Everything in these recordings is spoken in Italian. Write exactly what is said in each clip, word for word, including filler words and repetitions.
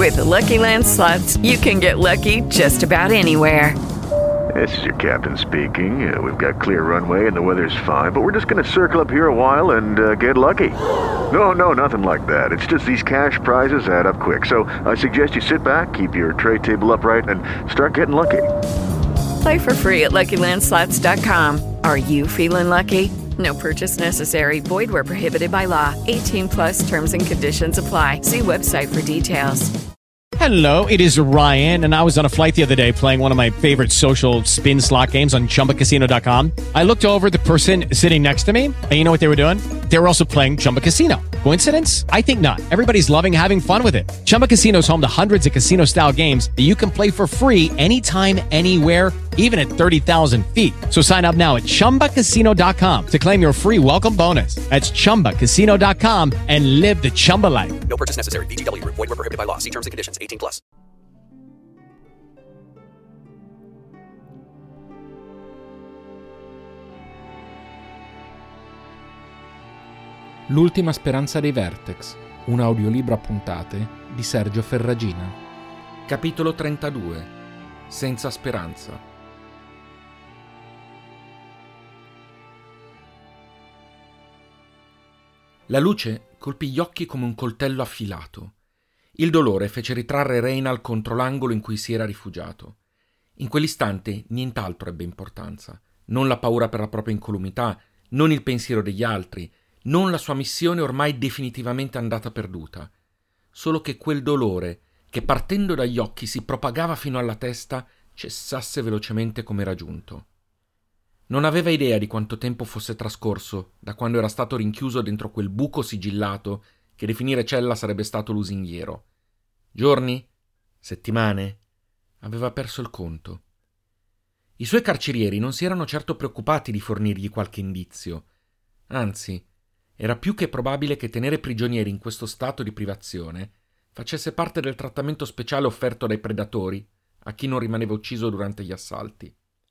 With the Lucky Land Slots, you can get lucky just about anywhere. This is your captain speaking. Uh, we've got clear runway and the weather's fine, but we're just going to circle up here a while and uh, get lucky. No, no, nothing like that. It's just these cash prizes add up quick. So I suggest you sit back, keep your tray table upright, and start getting lucky. Play for free at Lucky Land Slots dot com. Are you feeling lucky? No purchase necessary. Void where prohibited by law. eighteen plus terms and conditions apply. See website for details. Hello, it is Ryan, and I was on a flight the other day playing one of my favorite social spin slot games on Chumba Casino dot com. I looked over at the person sitting next to me, and you know what they were doing? They were also playing Chumba Casino. Coincidence? I think not. Everybody's loving having fun with it. Chumba Casino is home to hundreds of casino-style games that you can play for free anytime, anywhere, even at thirty thousand feet. So sign up now at Chumba Casino dot com to claim your free welcome bonus. That's Chumba Casino dot com and live the Chumba life. No purchase necessary. V G W. Void where prohibited by law. See terms and conditions. eighteen plus. L'ultima speranza dei Vertex, un audiolibro a puntate di Sergio Ferragina. Capitolo trentadue. Senza speranza. La luce colpì gli occhi come un coltello affilato. Il dolore fece ritrarre Reynald contro l'angolo in cui si era rifugiato. In quell'istante nient'altro ebbe importanza. Non la paura per la propria incolumità, non il pensiero degli altri, non la sua missione ormai definitivamente andata perduta. Solo che quel dolore, che partendo dagli occhi si propagava fino alla testa, cessasse velocemente come era giunto. Non aveva idea di quanto tempo fosse trascorso da quando era stato rinchiuso dentro quel buco sigillato che definire cella sarebbe stato lusinghiero. Giorni? Settimane? Aveva perso il conto. I suoi carcerieri non si erano certo preoccupati di fornirgli qualche indizio. Anzi, era più che probabile che tenere prigionieri in questo stato di privazione facesse parte del trattamento speciale offerto dai predatori a chi non rimaneva ucciso durante gli assalti.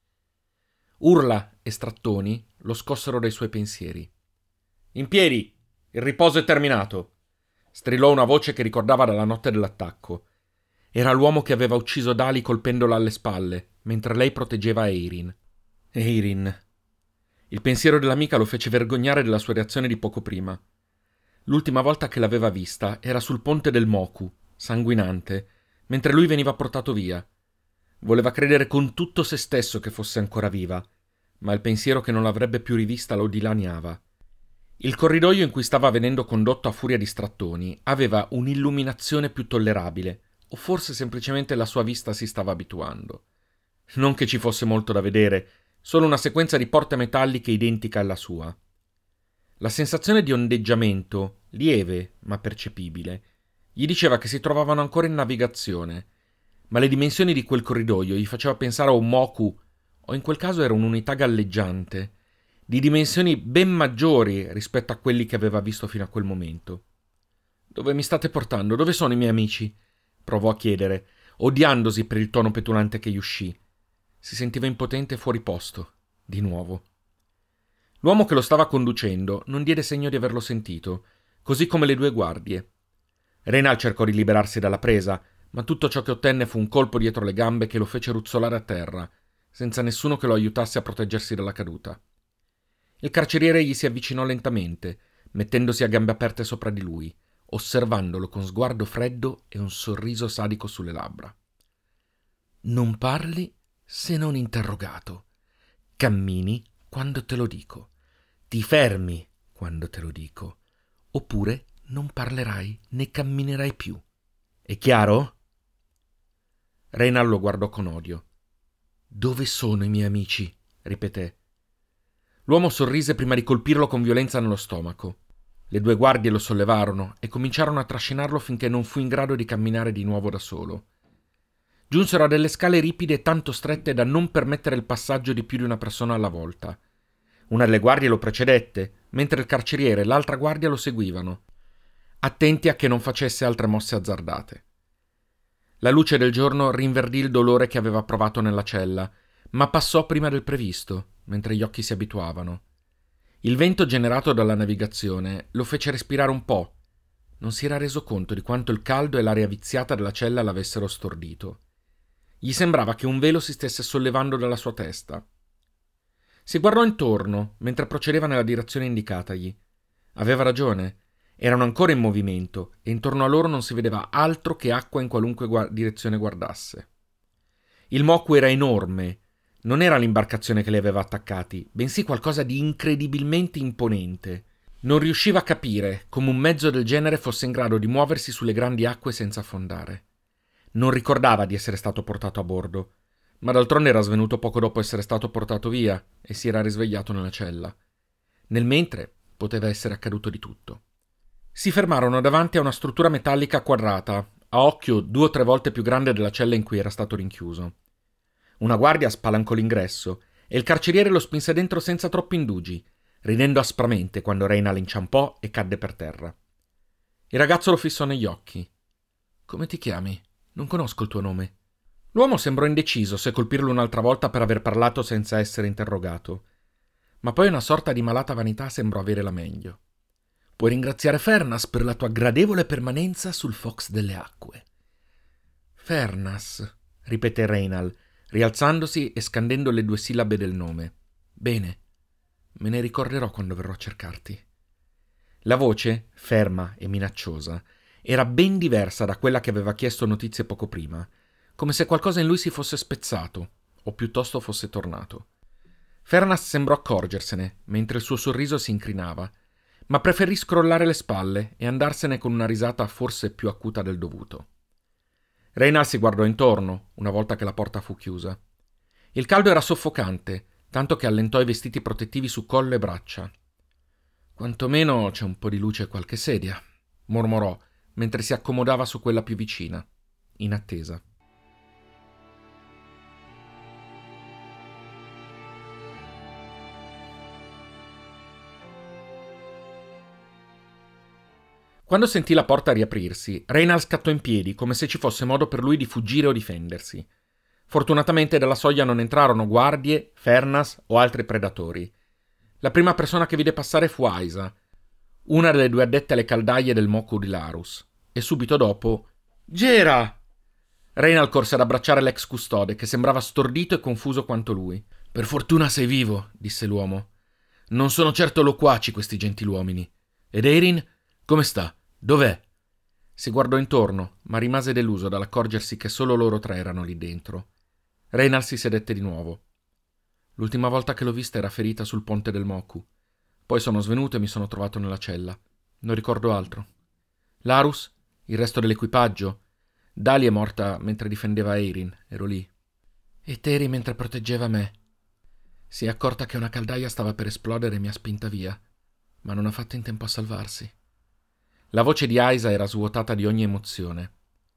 Urla e strattoni lo scossero dai suoi pensieri. «In piedi! Il riposo è terminato!» strillò una voce che ricordava dalla notte dell'attacco. Era l'uomo che aveva ucciso Dali colpendola alle spalle, mentre lei proteggeva Eirin. Eirin. Il pensiero dell'amica lo fece vergognare della sua reazione di poco prima. L'ultima volta che l'aveva vista era sul ponte del Moku, sanguinante, mentre lui veniva portato via. Voleva credere con tutto se stesso che fosse ancora viva, ma il pensiero che non l'avrebbe più rivista lo dilaniava. Il corridoio in cui stava venendo condotto a furia di strattoni aveva un'illuminazione più tollerabile, o forse semplicemente la sua vista si stava abituando. Non che ci fosse molto da vedere, solo una sequenza di porte metalliche identica alla sua. La sensazione di ondeggiamento, lieve ma percepibile, gli diceva che si trovavano ancora in navigazione, ma le dimensioni di quel corridoio gli faceva pensare a un Moku, o in quel caso era un'unità galleggiante, di dimensioni ben maggiori rispetto a quelli che aveva visto fino a quel momento. «Dove mi state portando? Dove sono i miei amici?» provò a chiedere, odiandosi per il tono petulante che gli uscì. Si sentiva impotente e fuori posto, di nuovo. L'uomo che lo stava conducendo non diede segno di averlo sentito, così come le due guardie. Reynald cercò di liberarsi dalla presa, ma tutto ciò che ottenne fu un colpo dietro le gambe che lo fece ruzzolare a terra, senza nessuno che lo aiutasse a proteggersi dalla caduta. Il carceriere gli si avvicinò lentamente, mettendosi a gambe aperte sopra di lui, osservandolo con sguardo freddo e un sorriso sadico sulle labbra. «Non parli se non interrogato. Cammini quando te lo dico. Ti fermi quando te lo dico. Oppure non parlerai né camminerai più. È chiaro?» Reynald lo guardò con odio. «Dove sono i miei amici?» ripeté. L'uomo sorrise prima di colpirlo con violenza nello stomaco. Le due guardie lo sollevarono e cominciarono a trascinarlo finché non fu in grado di camminare di nuovo da solo. Giunsero a delle scale ripide tanto strette da non permettere il passaggio di più di una persona alla volta. Una delle guardie lo precedette, mentre il carceriere e l'altra guardia lo seguivano, attenti a che non facesse altre mosse azzardate. La luce del giorno rinverdì il dolore che aveva provato nella cella, ma passò prima del previsto, mentre gli occhi si abituavano. Il vento generato dalla navigazione lo fece respirare un po', Non si era reso conto di quanto il caldo e l'aria viziata della cella l'avessero stordito. Gli sembrava che un velo si stesse sollevando dalla sua testa. Si guardò intorno mentre procedeva nella direzione indicatagli. Aveva ragione. Erano ancora in movimento e intorno a loro non si vedeva altro che acqua in qualunque gu- direzione guardasse. Il Moku era enorme. Non era l'imbarcazione che li aveva attaccati, bensì qualcosa di incredibilmente imponente. Non riusciva a capire come un mezzo del genere fosse in grado di muoversi sulle grandi acque senza affondare. Non ricordava di essere stato portato a bordo, ma d'altronde era svenuto poco dopo essere stato portato via e si era risvegliato nella cella. Nel mentre poteva essere accaduto di tutto. Si fermarono davanti a una struttura metallica quadrata, a occhio due o tre volte più grande della cella in cui era stato rinchiuso. Una guardia spalancò l'ingresso e il carceriere lo spinse dentro senza troppi indugi, ridendo aspramente quando Reynal inciampò e cadde per terra. Il ragazzo lo fissò negli occhi. «Come ti chiami? Non conosco il tuo nome». L'uomo sembrò indeciso se colpirlo un'altra volta per aver parlato senza essere interrogato, ma poi una sorta di malata vanità sembrò avere la meglio. «Puoi ringraziare Fernas per la tua gradevole permanenza sul Fox delle acque». «Fernas», ripeté Reynal, rialzandosi e scandendo le due sillabe del nome. «Bene, me ne ricorderò quando verrò a cercarti». La voce, ferma e minacciosa, era ben diversa da quella che aveva chiesto notizie poco prima, come se qualcosa in lui si fosse spezzato, o piuttosto fosse tornato. Fernas sembrò accorgersene, mentre il suo sorriso si incrinava, ma preferì scrollare le spalle e andarsene con una risata forse più acuta del dovuto. Reynal si guardò intorno, una volta che la porta fu chiusa. Il caldo era soffocante, tanto che allentò i vestiti protettivi su collo e braccia. «Quantomeno c'è un po' di luce e qualche sedia», mormorò, mentre si accomodava su quella più vicina, in attesa. Quando sentì la porta riaprirsi, Reynal scattò in piedi, come se ci fosse modo per lui di fuggire o difendersi. Fortunatamente dalla soglia non entrarono guardie, Fernas o altri predatori. La prima persona che vide passare fu Aisa, una delle due addette alle caldaie del Moku di Larus, e subito dopo «Gera!». Reynal corse ad abbracciare l'ex custode, che sembrava stordito e confuso quanto lui. «Per fortuna sei vivo», disse l'uomo. «Non sono certo loquaci questi gentiluomini. Ed Eirin? Come sta? Dov'è?» Si guardò intorno, ma rimase deluso dall'accorgersi che solo loro tre erano lì dentro. Reynal si sedette di nuovo. «L'ultima volta che l'ho vista era ferita sul ponte del Moku. Poi sono svenuto e mi sono trovato nella cella. Non ricordo altro. Larus? Il resto dell'equipaggio? Dali è morta mentre difendeva Eirin, ero lì. E Teri mentre proteggeva me. Si è accorta che una caldaia stava per esplodere e mi ha spinta via, ma non ha fatto in tempo a salvarsi». La voce di Aisa era svuotata di ogni emozione.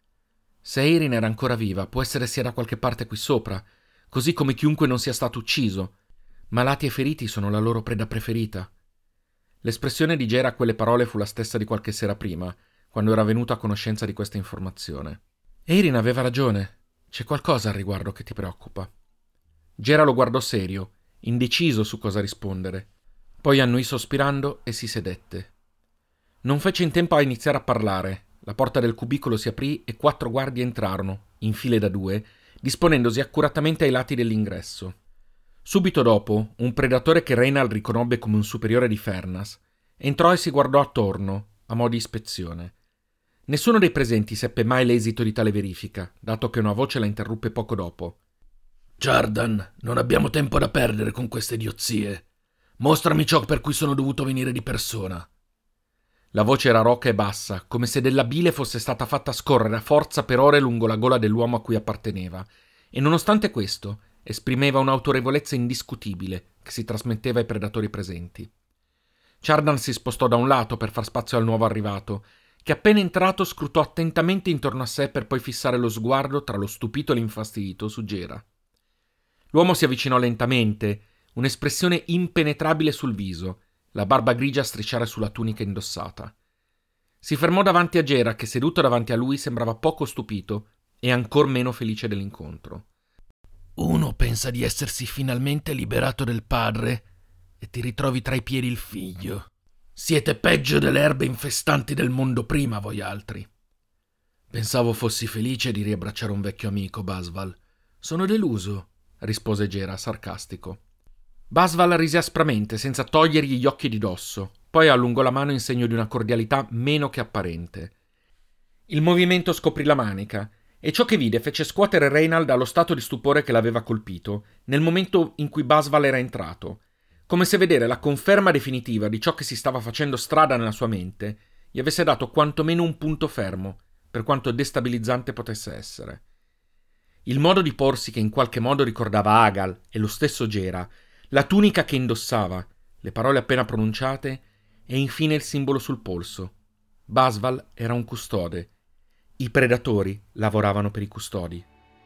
«Se Eirin era ancora viva, può essere sia da qualche parte qui sopra, così come chiunque non sia stato ucciso. Malati e feriti sono la loro preda preferita». L'espressione di Gera a quelle parole fu la stessa di qualche sera prima, quando era venuto a conoscenza di questa informazione. «Eirin aveva ragione. C'è qualcosa al riguardo che ti preoccupa». Gera lo guardò serio, indeciso su cosa rispondere. Poi annuì sospirando e si sedette. Non fece in tempo a iniziare a parlare. La porta del cubicolo si aprì e quattro guardie entrarono, in file da due, disponendosi accuratamente ai lati dell'ingresso. Subito dopo, un predatore che Reynal riconobbe come un superiore di Fernas entrò e si guardò attorno, a mo' di ispezione. Nessuno dei presenti seppe mai l'esito di tale verifica, dato che una voce la interruppe poco dopo. «Jardan, non abbiamo tempo da perdere con queste idiozie. Mostrami ciò per cui sono dovuto venire di persona». La voce era roca e bassa, come se della bile fosse stata fatta scorrere a forza per ore lungo la gola dell'uomo a cui apparteneva, e nonostante questo esprimeva un'autorevolezza indiscutibile che si trasmetteva ai predatori presenti. Jardan si spostò da un lato per far spazio al nuovo arrivato, che appena entrato scrutò attentamente intorno a sé per poi fissare lo sguardo tra lo stupito e l'infastidito su Gera. L'uomo si avvicinò lentamente, un'espressione impenetrabile sul viso, la barba grigia a strisciare sulla tunica indossata. Si fermò davanti a Gera, che seduto davanti a lui sembrava poco stupito e ancor meno felice dell'incontro. «Uno pensa di essersi finalmente liberato del padre e ti ritrovi tra i piedi il figlio», Siete peggio delle erbe infestanti del mondo prima, voi altri. Pensavo fossi felice di riabbracciare un vecchio amico, Basval. Sono deluso, rispose Gera, sarcastico. Basval rise aspramente, senza togliergli gli occhi di dosso, poi allungò la mano in segno di una cordialità meno che apparente. Il movimento scoprì la manica, e ciò che vide fece scuotere Reynald dallo stato di stupore che l'aveva colpito, nel momento in cui Basval era entrato, come se vedere la conferma definitiva di ciò che si stava facendo strada nella sua mente gli avesse dato quantomeno un punto fermo, per quanto destabilizzante potesse essere. Il modo di porsi che in qualche modo ricordava Agal e lo stesso Gera, la tunica che indossava, le parole appena pronunciate e infine il simbolo sul polso. Basval era un custode. I predatori lavoravano per i custodi.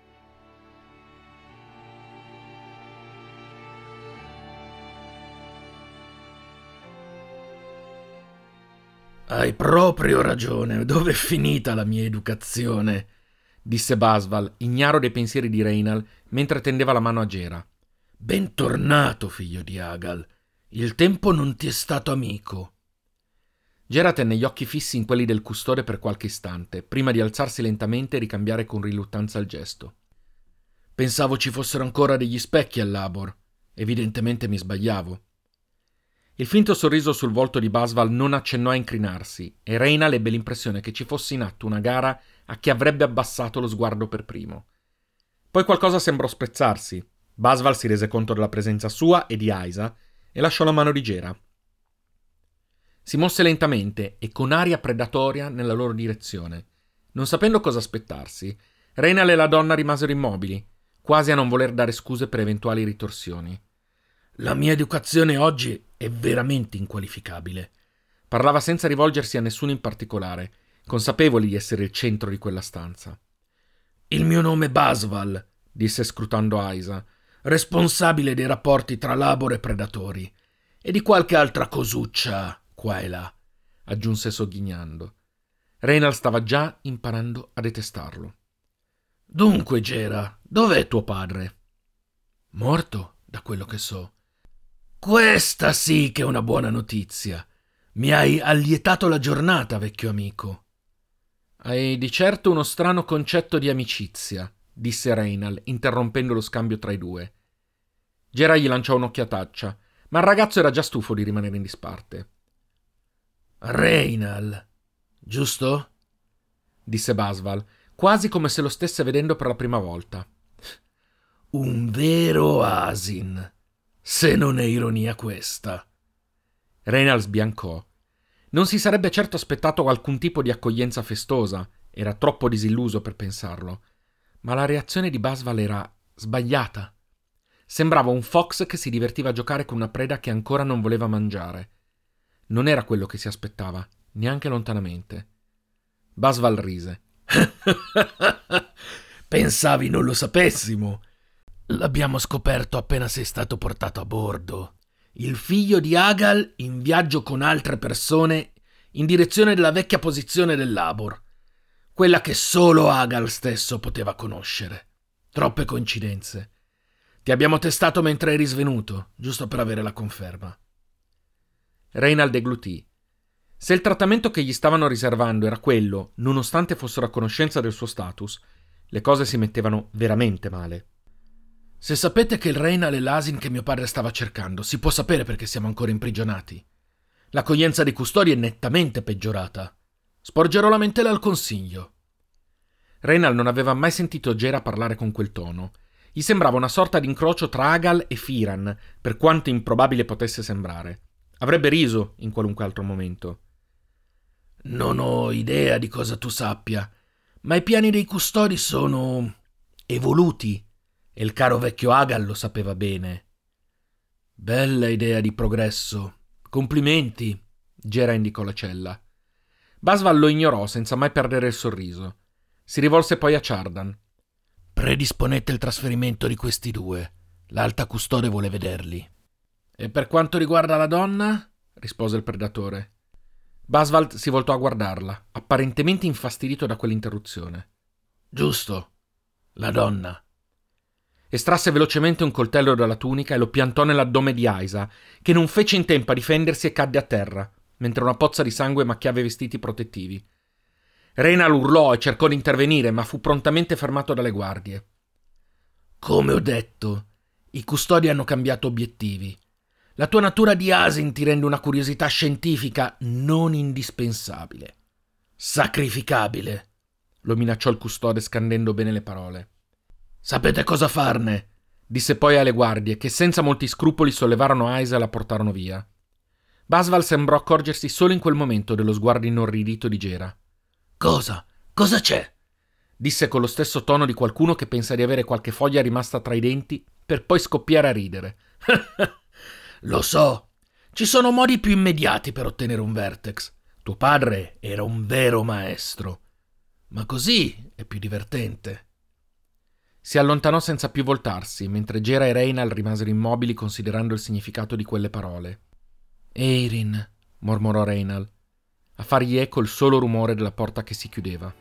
Hai proprio ragione, dove è finita la mia educazione? Disse Basval, ignaro dei pensieri di Reynald, mentre tendeva la mano a Gera. Bentornato, figlio di Agal. Il tempo non ti è stato amico. Gera tenne gli occhi fissi in quelli del custode per qualche istante, prima di alzarsi lentamente e ricambiare con riluttanza il gesto. Pensavo ci fossero ancora degli specchi al Labor. Evidentemente mi sbagliavo. Il finto sorriso sul volto di Basval non accennò a incrinarsi, e Reynald ebbe l'impressione che ci fosse in atto una gara a chi avrebbe abbassato lo sguardo per primo. Poi qualcosa sembrò spezzarsi. Basval si rese conto della presenza sua e di Aisa e lasciò la mano di Gera. Si mosse lentamente e con aria predatoria nella loro direzione. Non sapendo cosa aspettarsi, Reynald e la donna rimasero immobili, quasi a non voler dare scuse per eventuali ritorsioni. La mia educazione oggi è veramente inqualificabile. Parlava senza rivolgersi a nessuno in particolare, consapevoli di essere il centro di quella stanza. Il mio nome è Basval, disse scrutando Aisa, responsabile dei rapporti tra Labor e predatori, e di qualche altra cosuccia qua e là, aggiunse sogghignando. Reynald stava già imparando a detestarlo. Dunque, Gera, dov'è tuo padre? Morto, da quello che so. Questa sì che è una buona notizia. Mi hai allietato la giornata, vecchio amico. Hai di certo uno strano concetto di amicizia, disse Reynald, interrompendo lo scambio tra i due. Gera gli lanciò un'occhiataccia, ma il ragazzo era già stufo di rimanere in disparte. Reynald, giusto? Disse Basval, quasi come se lo stesse vedendo per la prima volta. Un vero asin, se non è ironia questa. Reynald sbiancò. Non si sarebbe certo aspettato alcun tipo di accoglienza festosa, era troppo disilluso per pensarlo, ma la reazione di Basval era sbagliata. Sembrava un fox che si divertiva a giocare con una preda che ancora non voleva mangiare. Non era quello che si aspettava, neanche lontanamente. Basval rise. Pensavi non lo sapessimo? L'abbiamo scoperto appena sei stato portato a bordo. Il figlio di Agal in viaggio con altre persone in direzione della vecchia posizione del Labor, quella che solo Agal stesso poteva conoscere. Troppe coincidenze. Ti abbiamo testato mentre eri svenuto, giusto per avere la conferma. Reynald deglutì. Se il trattamento che gli stavano riservando era quello, nonostante fossero a conoscenza del suo status, le cose si mettevano veramente male. Se sapete che il Reynald è l'asin che mio padre stava cercando, si può sapere perché siamo ancora imprigionati. L'accoglienza dei custodi è nettamente peggiorata. Sporgerò lamentela al consiglio. Reynald non aveva mai sentito Gera parlare con quel tono. Gli sembrava una sorta di incrocio tra Agal e Firan, per quanto improbabile potesse sembrare. Avrebbe riso in qualunque altro momento. Non ho idea di cosa tu sappia, ma i piani dei custodi sono evoluti. E il caro vecchio Agal lo sapeva bene. Bella idea di progresso. Complimenti. Gera indicò la cella. Basval lo ignorò senza mai perdere il sorriso. Si rivolse poi a Ciardan. Predisponete il trasferimento di questi due. L'alta custode vuole vederli. E per quanto riguarda la donna? Rispose il predatore. Basval si voltò a guardarla, apparentemente infastidito da quell'interruzione. Giusto. La donna. Estrasse velocemente un coltello dalla tunica e lo piantò nell'addome di Aisa, che non fece in tempo a difendersi e cadde a terra, mentre una pozza di sangue macchiava i vestiti protettivi. Reynal urlò e cercò di intervenire, ma fu prontamente fermato dalle guardie. Come ho detto, i custodi hanno cambiato obiettivi. La tua natura di Asin ti rende una curiosità scientifica non indispensabile. Sacrificabile, lo minacciò il custode scandendo bene le parole. Sapete cosa farne? Disse poi alle guardie, che senza molti scrupoli sollevarono Aisa e la portarono via. Basval sembrò accorgersi solo in quel momento dello sguardo inorridito di Gera. Cosa? Cosa c'è? Disse con lo stesso tono di qualcuno che pensa di avere qualche foglia rimasta tra i denti, per poi scoppiare a ridere. Lo so, ci sono modi più immediati per ottenere un vertex. Tuo padre era un vero maestro, ma così è più divertente. Si allontanò senza più voltarsi, mentre Gera e Reynal rimasero immobili considerando il significato di quelle parole. Eirin, mormorò Reynal, a fargli eco il solo rumore della porta che si chiudeva.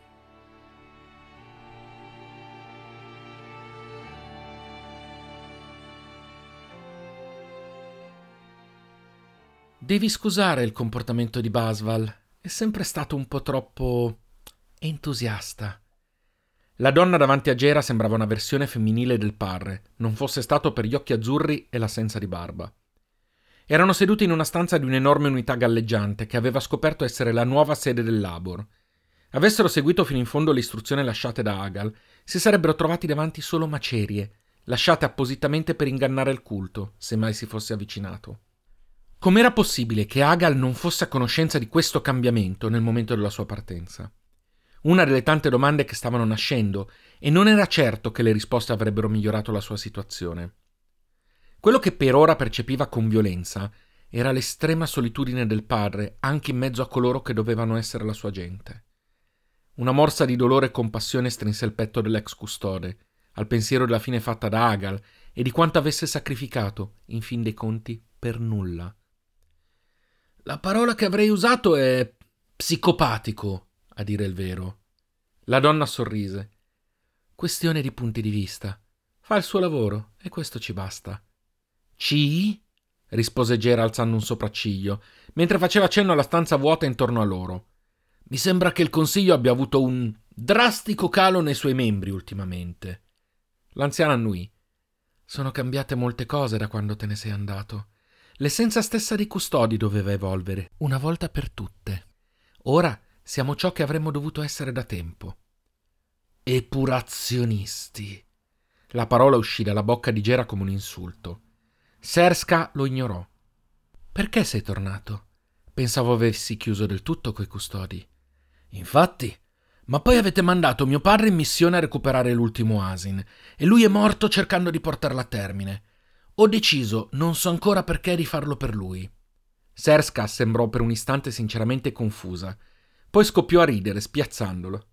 Devi scusare il comportamento di Basval, è sempre stato un po' troppo entusiasta. La donna davanti a Gera sembrava una versione femminile del padre, non fosse stato per gli occhi azzurri e l'assenza di barba. Erano seduti in una stanza di un'enorme unità galleggiante che aveva scoperto essere la nuova sede del Labor. Avessero seguito fino in fondo le istruzioni lasciate da Agal, si sarebbero trovati davanti solo macerie, lasciate appositamente per ingannare il culto, se mai si fosse avvicinato. Com'era possibile che Agal non fosse a conoscenza di questo cambiamento nel momento della sua partenza? Una delle tante domande che stavano nascendo, e non era certo che le risposte avrebbero migliorato la sua situazione. Quello che per ora percepiva con violenza era l'estrema solitudine del padre, anche in mezzo a coloro che dovevano essere la sua gente. Una morsa di dolore e compassione strinse il petto dell'ex custode, al pensiero della fine fatta da Agal e di quanto avesse sacrificato, in fin dei conti, per nulla. La parola che avrei usato è psicopatico, a dire il vero. La donna sorrise. Questione di punti di vista. Fa il suo lavoro e questo ci basta. Ci? rispose Gera alzando un sopracciglio, mentre faceva cenno alla stanza vuota intorno a loro. Mi sembra che il Consiglio abbia avuto un drastico calo nei suoi membri ultimamente. L'anziana annuì. Sono cambiate molte cose da quando te ne sei andato. L'essenza stessa dei custodi doveva evolvere, una volta per tutte. Ora siamo ciò che avremmo dovuto essere da tempo. Epurazionisti. La parola uscì dalla bocca di Gera come un insulto. Serska lo ignorò. Perché sei tornato? Pensavo avessi chiuso del tutto coi custodi. Infatti, ma poi avete mandato mio padre in missione a recuperare l'ultimo Asin, e lui è morto cercando di portarla a termine. Ho deciso, non so ancora perché, di farlo per lui. Serska sembrò per un istante sinceramente confusa. Poi scoppiò a ridere, spiazzandolo.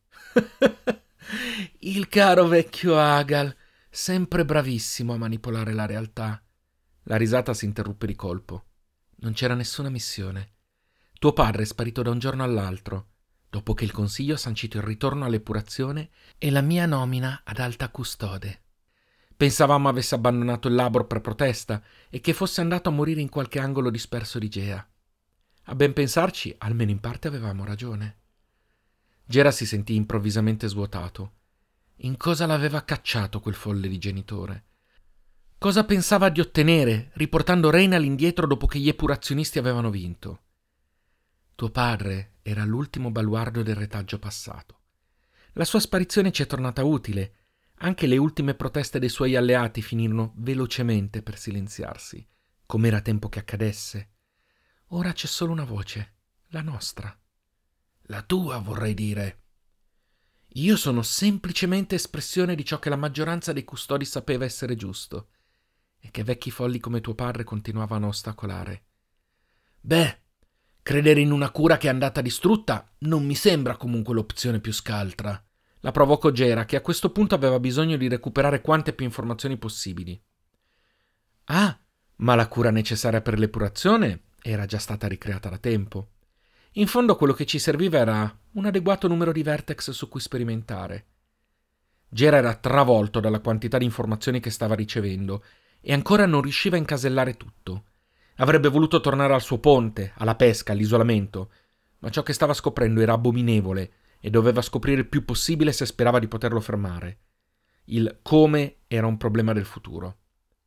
Il caro vecchio Agal, sempre bravissimo a manipolare la realtà. La risata si interruppe di colpo. Non c'era nessuna missione. Tuo padre è sparito da un giorno all'altro, dopo che il Consiglio ha sancito il ritorno all'epurazione e la mia nomina ad alta custode. Pensavamo avesse abbandonato il Labor per protesta e che fosse andato a morire in qualche angolo disperso di Gea. A ben pensarci, almeno in parte avevamo ragione. Gera si sentì improvvisamente svuotato. In cosa l'aveva cacciato quel folle di genitore? Cosa pensava di ottenere, riportando Reynal indietro dopo che gli epurazionisti avevano vinto? Tuo padre era l'ultimo baluardo del retaggio passato. La sua sparizione ci è tornata utile. Anche le ultime proteste dei suoi alleati finirono velocemente per silenziarsi, come era tempo che accadesse. Ora c'è solo una voce, la nostra. La tua, vorrei dire. Io sono semplicemente espressione di ciò che la maggioranza dei custodi sapeva essere giusto e che vecchi folli come tuo padre continuavano a ostacolare. Beh, credere in una cura che è andata distrutta non mi sembra comunque l'opzione più scaltra. La provocò Gera, che a questo punto aveva bisogno di recuperare quante più informazioni possibili. Ah, ma la cura necessaria per l'epurazione era già stata ricreata da tempo. In fondo quello che ci serviva era un adeguato numero di vertex su cui sperimentare. Gera era travolto dalla quantità di informazioni che stava ricevendo e ancora non riusciva a incasellare tutto. Avrebbe voluto tornare al suo ponte, alla pesca, all'isolamento, ma ciò che stava scoprendo era abominevole e doveva scoprire il più possibile se sperava di poterlo fermare. Il come era un problema del futuro.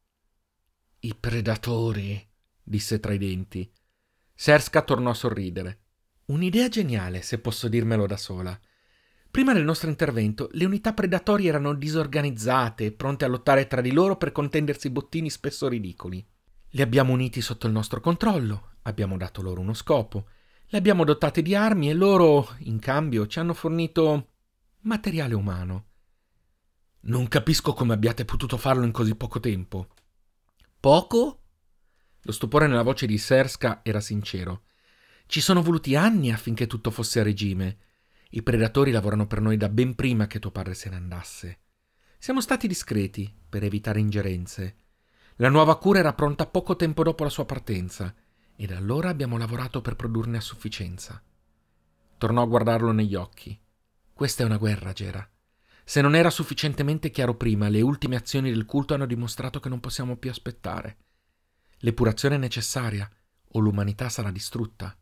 «I predatori», disse tra i denti. Serska tornò a sorridere. «Un'idea geniale, se posso dirmelo da sola. Prima del nostro intervento, le unità predatorie erano disorganizzate, pronte a lottare tra di loro per contendersi bottini spesso ridicoli. Li abbiamo uniti sotto il nostro controllo, abbiamo dato loro uno scopo, li abbiamo dotati di armi e loro, in cambio, ci hanno fornito materiale umano. Non capisco come abbiate potuto farlo in così poco tempo». «Poco?» Lo stupore nella voce di Serska era sincero. «Ci sono voluti anni affinché tutto fosse a regime. I predatori lavorano per noi da ben prima che tuo padre se ne andasse. Siamo stati discreti per evitare ingerenze. La nuova cura era pronta poco tempo dopo la sua partenza e da allora abbiamo lavorato per produrne a sufficienza». Tornò a guardarlo negli occhi. «Questa è una guerra, Gera. Se non era sufficientemente chiaro prima, le ultime azioni del culto hanno dimostrato che non possiamo più aspettare. L'epurazione è necessaria o l'umanità sarà distrutta.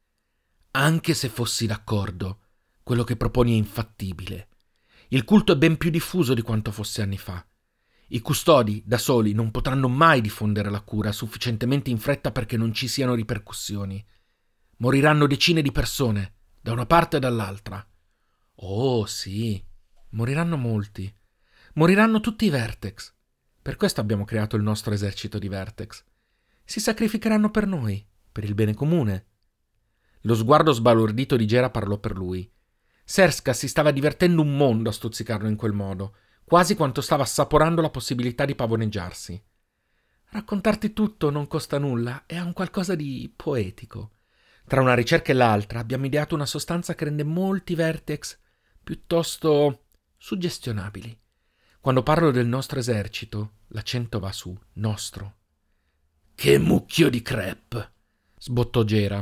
Anche se fossi d'accordo, quello che proponi è infattibile. Il culto è ben più diffuso di quanto fosse anni fa. I custodi, da soli, non potranno mai diffondere la cura sufficientemente in fretta perché non ci siano ripercussioni. Moriranno decine di persone, da una parte e dall'altra. Oh, sì, moriranno molti. Moriranno tutti i Vertex. Per questo abbiamo creato il nostro esercito di Vertex. Si sacrificheranno per noi, per il bene comune». Lo sguardo sbalordito di Gera parlò per lui. Serska si stava divertendo un mondo a stuzzicarlo in quel modo, quasi quanto stava assaporando la possibilità di pavoneggiarsi. «Raccontarti tutto non costa nulla e ha un qualcosa di poetico. Tra una ricerca e l'altra abbiamo ideato una sostanza che rende molti Vertex piuttosto suggestionabili. Quando parlo del nostro esercito, l'accento va su nostro». «Che mucchio di crepe!» sbottò Gera.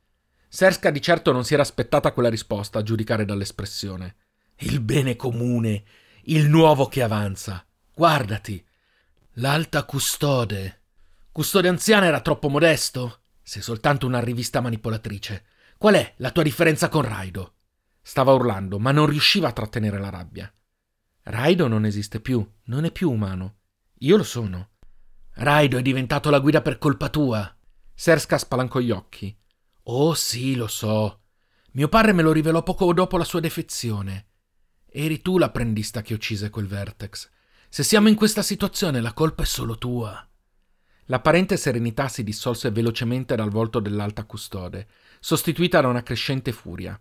Serska di certo non si era aspettata quella risposta, a giudicare dall'espressione. «Il bene comune, il nuovo che avanza. Guardati, l'alta custode. Custode anziana era troppo modesto? Sei soltanto una rivista manipolatrice. Qual è la tua differenza con Raido?» Stava urlando, ma non riusciva a trattenere la rabbia. «Raido non esiste più, non è più umano. Io lo sono. Raido è diventato la guida per colpa tua». Serska spalancò gli occhi. «Oh sì, lo so. Mio padre me lo rivelò poco dopo la sua defezione. Eri tu l'apprendista che uccise quel Vertex. Se siamo in questa situazione, la colpa è solo tua». L'apparente serenità si dissolse velocemente dal volto dell'alta custode, sostituita da una crescente furia.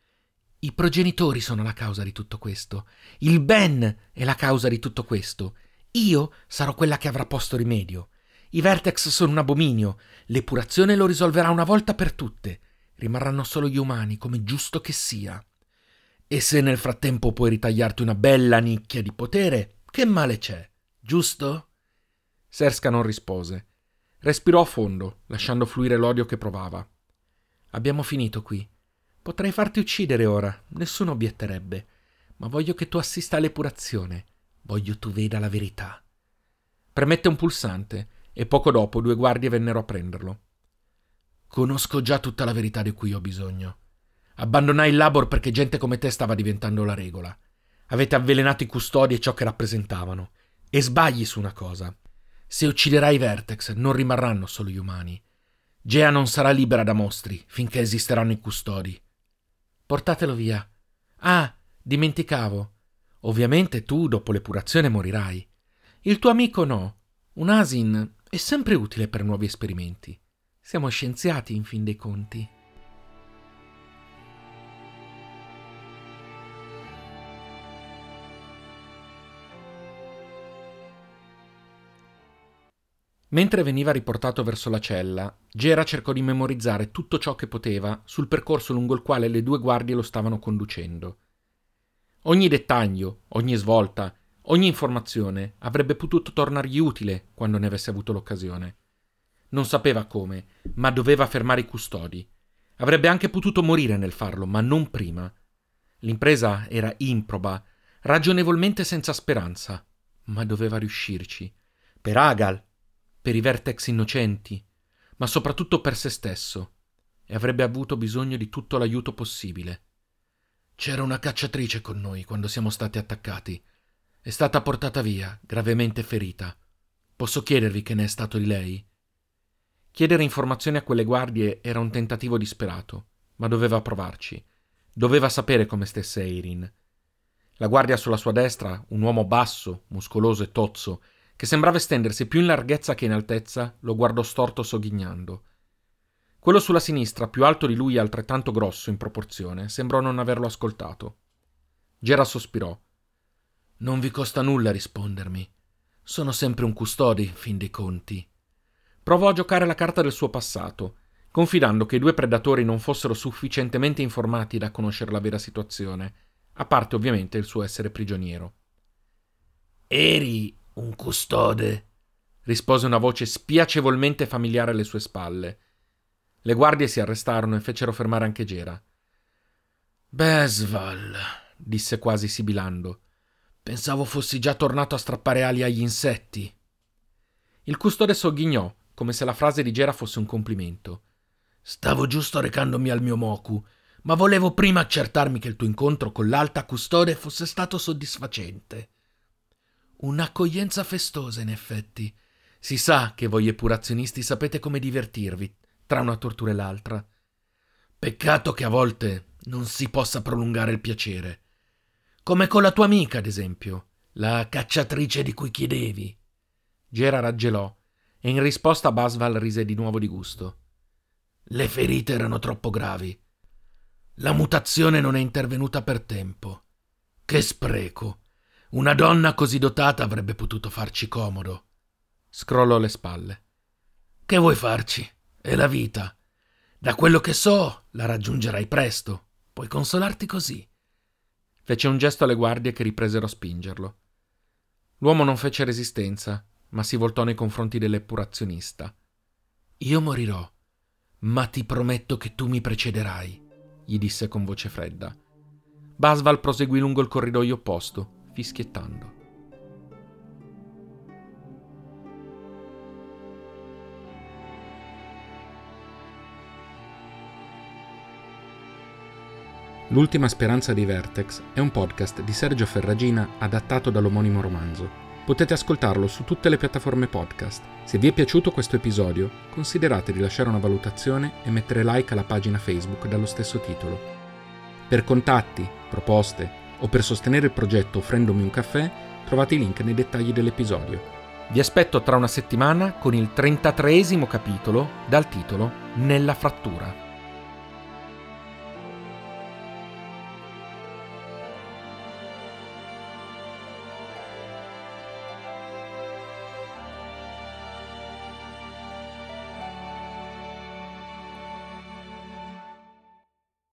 «I progenitori sono la causa di tutto questo. Il Ben è la causa di tutto questo. Io sarò quella che avrà posto rimedio. I Vertex sono un abominio. L'epurazione lo risolverà una volta per tutte. Rimarranno solo gli umani, come giusto che sia. E se nel frattempo puoi ritagliarti una bella nicchia di potere, che male c'è, giusto?» Serska non rispose. Respirò a fondo, lasciando fluire l'odio che provava. «Abbiamo finito qui. Potrei farti uccidere ora, nessuno obietterebbe. Ma voglio che tu assista all'epurazione. Voglio tu veda la verità». Premette un pulsante e poco dopo due guardie vennero a prenderlo. «Conosco già tutta la verità di cui ho bisogno. Abbandonai il Labor perché gente come te stava diventando la regola. Avete avvelenato i custodi e ciò che rappresentavano. E sbagli su una cosa. Se ucciderai i Vertex non rimarranno solo gli umani. Gea non sarà libera da mostri finché esisteranno i custodi. Portatelo via. Ah, dimenticavo. Ovviamente tu dopo l'epurazione morirai. Il tuo amico no. Un Asin è sempre utile per nuovi esperimenti. Siamo scienziati in fin dei conti». Mentre veniva riportato verso la cella, Gera cercò di memorizzare tutto ciò che poteva sul percorso lungo il quale le due guardie lo stavano conducendo. Ogni dettaglio, ogni svolta, ogni informazione avrebbe potuto tornargli utile quando ne avesse avuto l'occasione. Non sapeva come, ma doveva fermare i custodi. Avrebbe anche potuto morire nel farlo, ma non prima. L'impresa era improba, ragionevolmente senza speranza, ma doveva riuscirci. Per Agal, per i Vertex innocenti, ma soprattutto per se stesso, e avrebbe avuto bisogno di tutto l'aiuto possibile. C'era una cacciatrice con noi quando siamo stati attaccati. È stata portata via, gravemente ferita. Posso chiedervi che ne è stato di lei? Chiedere informazioni a quelle guardie era un tentativo disperato, ma doveva provarci. Doveva sapere come stesse Erin. La guardia sulla sua destra, un uomo basso, muscoloso e tozzo, che sembrava estendersi più in larghezza che in altezza, lo guardò storto sogghignando. Quello sulla sinistra, più alto di lui e altrettanto grosso in proporzione, sembrò non averlo ascoltato. Gera sospirò. Non vi costa nulla rispondermi. Sono sempre un custode, in fin dei conti. Provò a giocare la carta del suo passato, confidando che i due predatori non fossero sufficientemente informati da conoscere la vera situazione, a parte ovviamente il suo essere prigioniero. Eri un custode, rispose una voce spiacevolmente familiare alle sue spalle. Le guardie si arrestarono e fecero fermare anche Gera. Basval, disse quasi sibilando. Pensavo fossi già tornato a strappare ali agli insetti. Il custode sogghignò, come se la frase di Gera fosse un complimento. Stavo giusto recandomi al mio Moku, ma volevo prima accertarmi che il tuo incontro con l'alta custode fosse stato soddisfacente. Un'accoglienza festosa, in effetti. Si sa che voi epurazionisti sapete come divertirvi tra una tortura e l'altra. Peccato che a volte non si possa prolungare il piacere. Come con la tua amica, ad esempio, la cacciatrice di cui chiedevi. Gera raggelò e in risposta Basval rise di nuovo di gusto. Le ferite erano troppo gravi. La mutazione non è intervenuta per tempo. Che spreco! Una donna così dotata avrebbe potuto farci comodo. Scrollò le spalle. Che vuoi farci? È la vita. Da quello che so, la raggiungerai presto. Puoi consolarti così. Fece un gesto alle guardie che ripresero a spingerlo. L'uomo non fece resistenza, ma si voltò nei confronti dell'epurazionista. Io morirò, ma ti prometto che tu mi precederai, gli disse con voce fredda. Basval proseguì lungo il corridoio opposto, fischiettando. L'ultima speranza di Vertex è un podcast di Sergio Ferragina adattato dall'omonimo romanzo. Potete ascoltarlo su tutte le piattaforme podcast. Se vi è piaciuto questo episodio, considerate di lasciare una valutazione e mettere like alla pagina Facebook dallo stesso titolo. Per contatti, proposte o per sostenere il progetto offrendomi un caffè, trovate i link nei dettagli dell'episodio. Vi aspetto tra una settimana con il trentatreesimo capitolo dal titolo Nella frattura.